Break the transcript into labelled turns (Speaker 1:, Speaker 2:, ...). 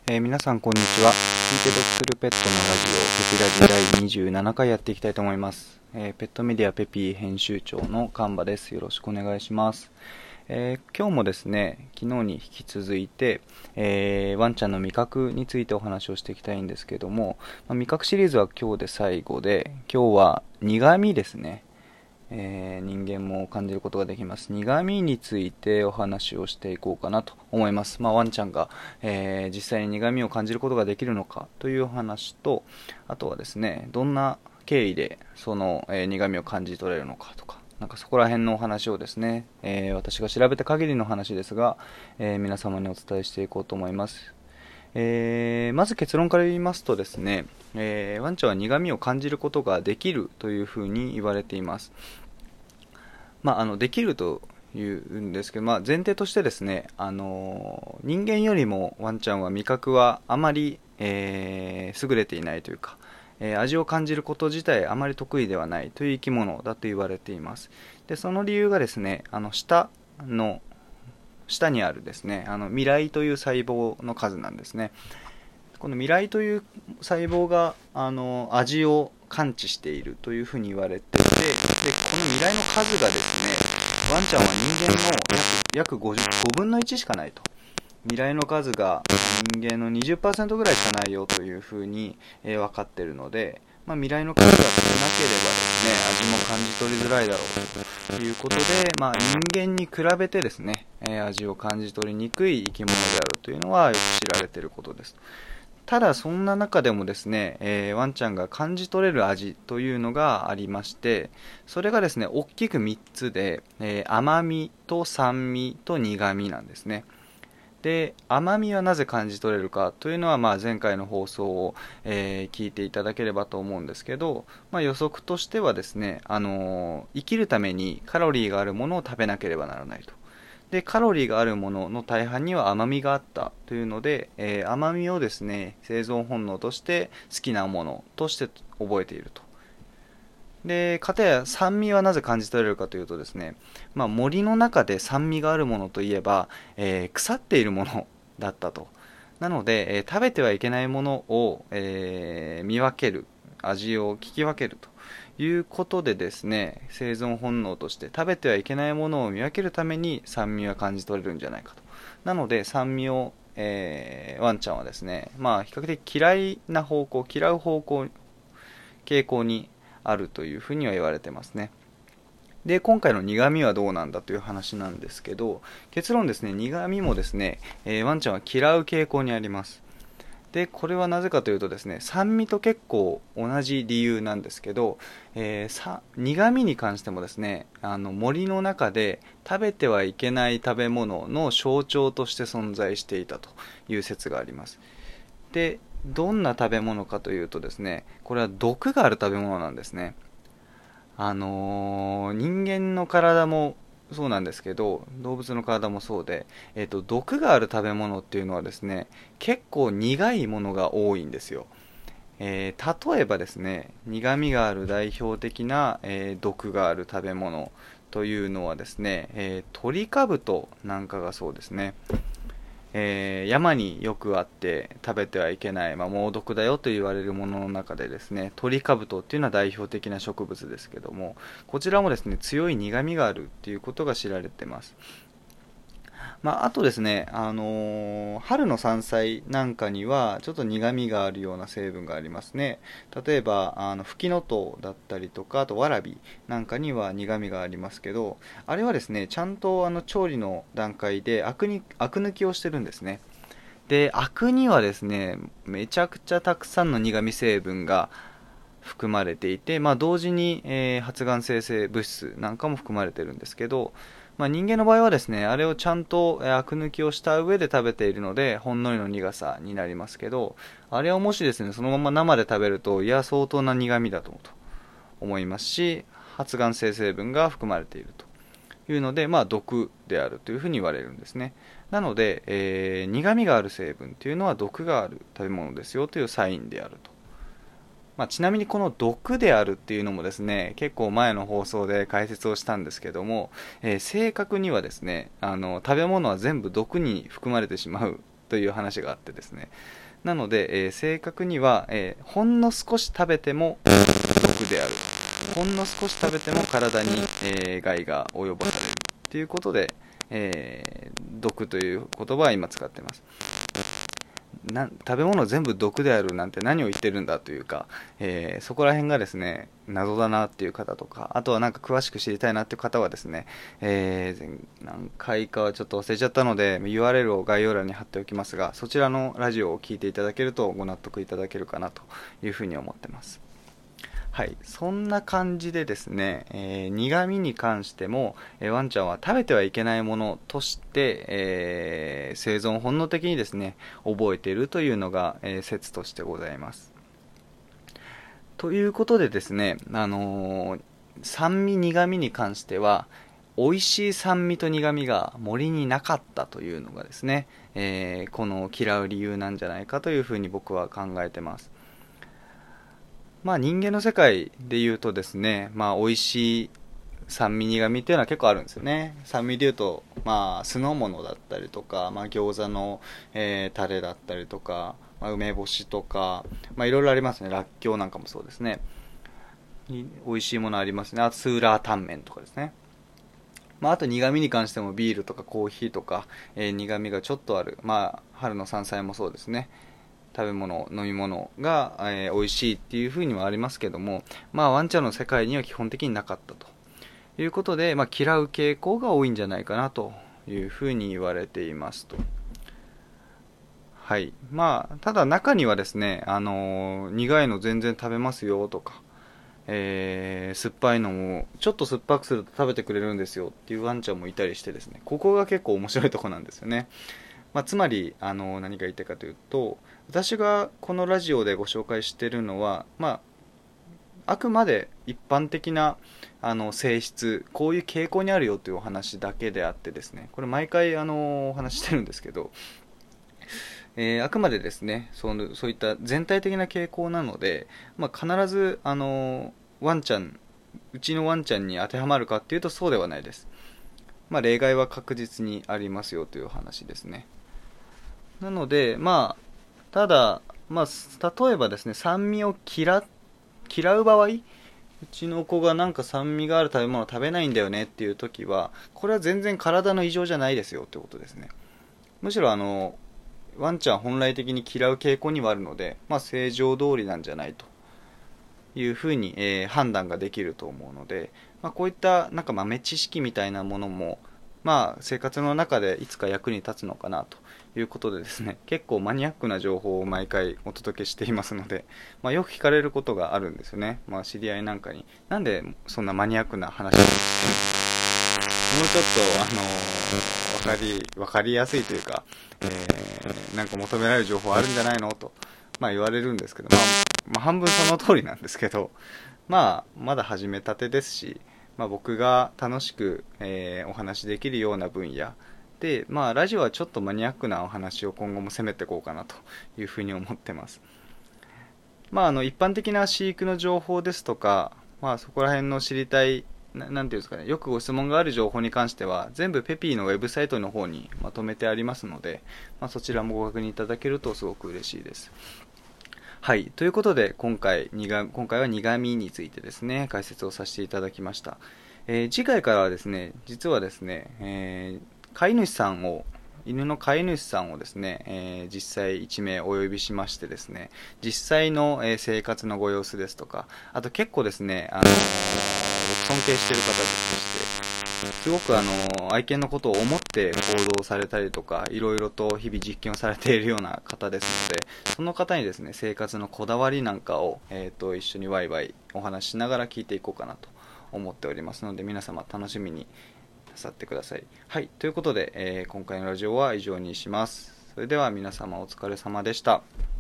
Speaker 1: 皆さんこんにちは。聞いて読するペットのラジオ、ペピラジ第27回やっていきたいと思います。ペットメディアペピー編集長のカンバです。よろしくお願いします。今日もですね、昨日に引き続いて、ワンちゃんの味覚についてお話をしていきたいんですけども、味覚シリーズは今日で最後で、今日は苦味ですね。人間も感じることができます苦味についてお話をしていこうかなと思います。ワンちゃんが、実際に苦味を感じることができるのかというお話と、あとはですね、どんな経緯でその、苦味を感じ取れるのかとか、なんかそこら辺のお話をですね、私が調べた限りの話ですが、皆様にお伝えしていこうと思います。まず結論から言いますとですね、ワンちゃんは苦味を感じることができるというふうに言われています。できるというんですけど、前提としてですね、人間よりもワンちゃんは味覚はあまり、優れていないというか、味を感じること自体あまり得意ではないという生き物だと言われています。で、その理由がですね、下にあるですね、味蕾という細胞の数なんですね。この味蕾という細胞が味を感知しているというふうに言われていて、でこの味蕾の数がですね、ワンちゃんは人間の約5分の1しかないと。味蕾の数が人間の 20% ぐらいしかないよというふうに、分かっているので、味蕾の数が少なければですね、味も感じ取りづらいだろうということで、人間に比べてですね、味を感じ取りにくい生き物であるというのはよく知られていることです。ただそんな中でもですね、ワンちゃんが感じ取れる味というのがありまして、それがですね、大きく3つで、甘みと酸味と苦味なんですね。で、甘みはなぜ感じ取れるかというのは、前回の放送を、聞いていただければと思うんですけど、予測としてはですね、生きるためにカロリーがあるものを食べなければならないと。で、カロリーがあるものの大半には甘みがあったというので、甘みをですね、生存本能として好きなものとして覚えていると。で、かたや酸味はなぜ感じ取れるかというとですね、森の中で酸味があるものといえば、腐っているものだったと。なので、食べてはいけないものを、見分ける、味を聞き分けるということでですね、生存本能として食べてはいけないものを見分けるために酸味は感じ取れるんじゃないかと。なので酸味を、ワンちゃんはですね、比較的嫌う方向、傾向にあるというふうには言われてますね。で、今回の苦味はどうなんだという話なんですけど、結論ですね、苦味もですね、ワンちゃんは嫌う傾向にあります。で、これはなぜかというとですね、酸味と結構同じ理由なんですけど、苦味に関してもですね、森の中で食べてはいけない食べ物の象徴として存在していたという説があります。で、どんな食べ物かというとですね、これは毒がある食べ物なんですね。人間の体もそうなんですけど、動物の体もそうで、毒がある食べ物っていうのはですね、結構苦いものが多いんですよ。例えばですね、苦味がある代表的な、毒がある食べ物というのはですね、トリカブトなんかがそうですね。山によくあって食べてはいけない、猛毒だよと言われるものの中でですね、トリカブトっていうのは代表的な植物ですけども、こちらもですね、強い苦味があるっていうことが知られてます。あとですね、春の山菜なんかにはちょっと苦味があるような成分がありますね。例えばフキノトウだったりとか、あとワラビなんかには苦味がありますけど、あれはですね、ちゃんと調理の段階でアク抜きをしてるんですね。で、アクにはですね、めちゃくちゃたくさんの苦味成分が含まれていて、同時に、発がん生成物質なんかも含まれてるんですけど、人間の場合はですね、あれをちゃんとアク抜きをした上で食べているので、ほんのりの苦さになりますけど、あれをもしですね、そのまま生で食べると、いや、相当な苦味だと思いますし、発がん性成分が含まれているというので、毒であるというふうに言われるんですね。なので、苦味がある成分というのは毒がある食べ物ですよというサインであると。ちなみにこの毒であるっていうのもですね、結構前の放送で解説をしたんですけども、正確にはですね、食べ物は全部毒に含まれてしまうという話があってですね、なので、正確には、ほんの少し食べても毒である、ほんの少し食べても体に、害が及ぼされるということで、毒という言葉は今使っています。食べ物全部毒であるなんて何を言ってるんだというか、そこら辺がですね謎だなっていう方とか、あとはなんか詳しく知りたいなっていう方はですね、何回かはちょっと忘れちゃったので URL を概要欄に貼っておきますが、そちらのラジオを聞いていただけるとご納得いただけるかなというふうに思ってます。はい、そんな感じでですね、苦味に関しても、ワンちゃんは食べてはいけないものとして、生存本能的にですね覚えているというのが、説としてございます。ということでですね、酸味苦味に関しては美味しい酸味と苦味が森になかったというのがですね、この嫌う理由なんじゃないかというふうに僕は考えてます。人間の世界で言うとですね、美味しい酸味苦味っていうのは結構あるんですよね。酸味で言うと、酢の物だったりとか、餃子の、タレだったりとか、梅干しとか、いろいろありますね。らっきょうなんかもそうですね。美味しいものありますね。あとスーラータンメンとかですね。あと苦味に関してもビールとかコーヒーとか、苦味がちょっとある、春の山菜もそうですね。食べ物飲み物が、美味しいっていう風にはありますけども、ワンちゃんの世界には基本的になかったということで、嫌う傾向が多いんじゃないかなという風に言われていますと。はい。ただ中にはですね、苦いの全然食べますよとか、酸っぱいのもちょっと酸っぱくすると食べてくれるんですよっていうワンちゃんもいたりしてですね、ここが結構面白いとこなんですよね。つまり何が言いたいかというと、私がこのラジオでご紹介しているのは、あくまで一般的な性質、こういう傾向にあるよというお話だけであってですね、これ毎回お話してるんですけど、あくまでですねそういった全体的な傾向なので、必ずワンちゃん、うちのワンちゃんに当てはまるかっていうとそうではないです。例外は確実にありますよという話ですね。なのでただ例えばですね、酸味を嫌う場合、うちの子がなんか酸味がある食べ物を食べないんだよねっていう時は、これは全然体の異常じゃないですよってことですね。むしろワンちゃん本来的に嫌う傾向にはあるので、正常通りなんじゃないというふうに、判断ができると思うので、こういったなんか豆知識みたいなものも、生活の中でいつか役に立つのかなということでですね、結構マニアックな情報を毎回お届けしていますので、よく聞かれることがあるんですよね。知り合いなんかに、なんでそんなマニアックな話をしてるの、もうちょっと分かりやすいというか、なんか求められる情報あるんじゃないのと、言われるんですけど、半分その通りなんですけど、まだ始めたてですし、僕が楽しく、お話しできるような分野で、ラジオはちょっとマニアックなお話を今後も攻めていこうかなというふうに思ってます。一般的な飼育の情報ですとか、そこら辺の知りたい、なんていうんですかね、よくご質問がある情報に関しては全部ペピーのウェブサイトの方にまとめてありますので、そちらもご確認いただけるとすごく嬉しいです。はい、ということで今回は苦味についてですね解説をさせていただきました。次回からはですね、実はですね、犬の飼い主さんをですね、実際1名お呼びしましてですね、実際の、生活のご様子ですとか、あと結構ですね、僕尊敬している方でして、すごく愛犬のことを思って行動されたりとか、いろいろと日々実験をされているような方ですので、その方にですね、生活のこだわりなんかを、一緒にワイワイお話ししながら聞いていこうかなと思っておりますので、皆様楽しみになさってください。はい、ということで、今回のラジオは以上にします。それでは皆様お疲れ様でした。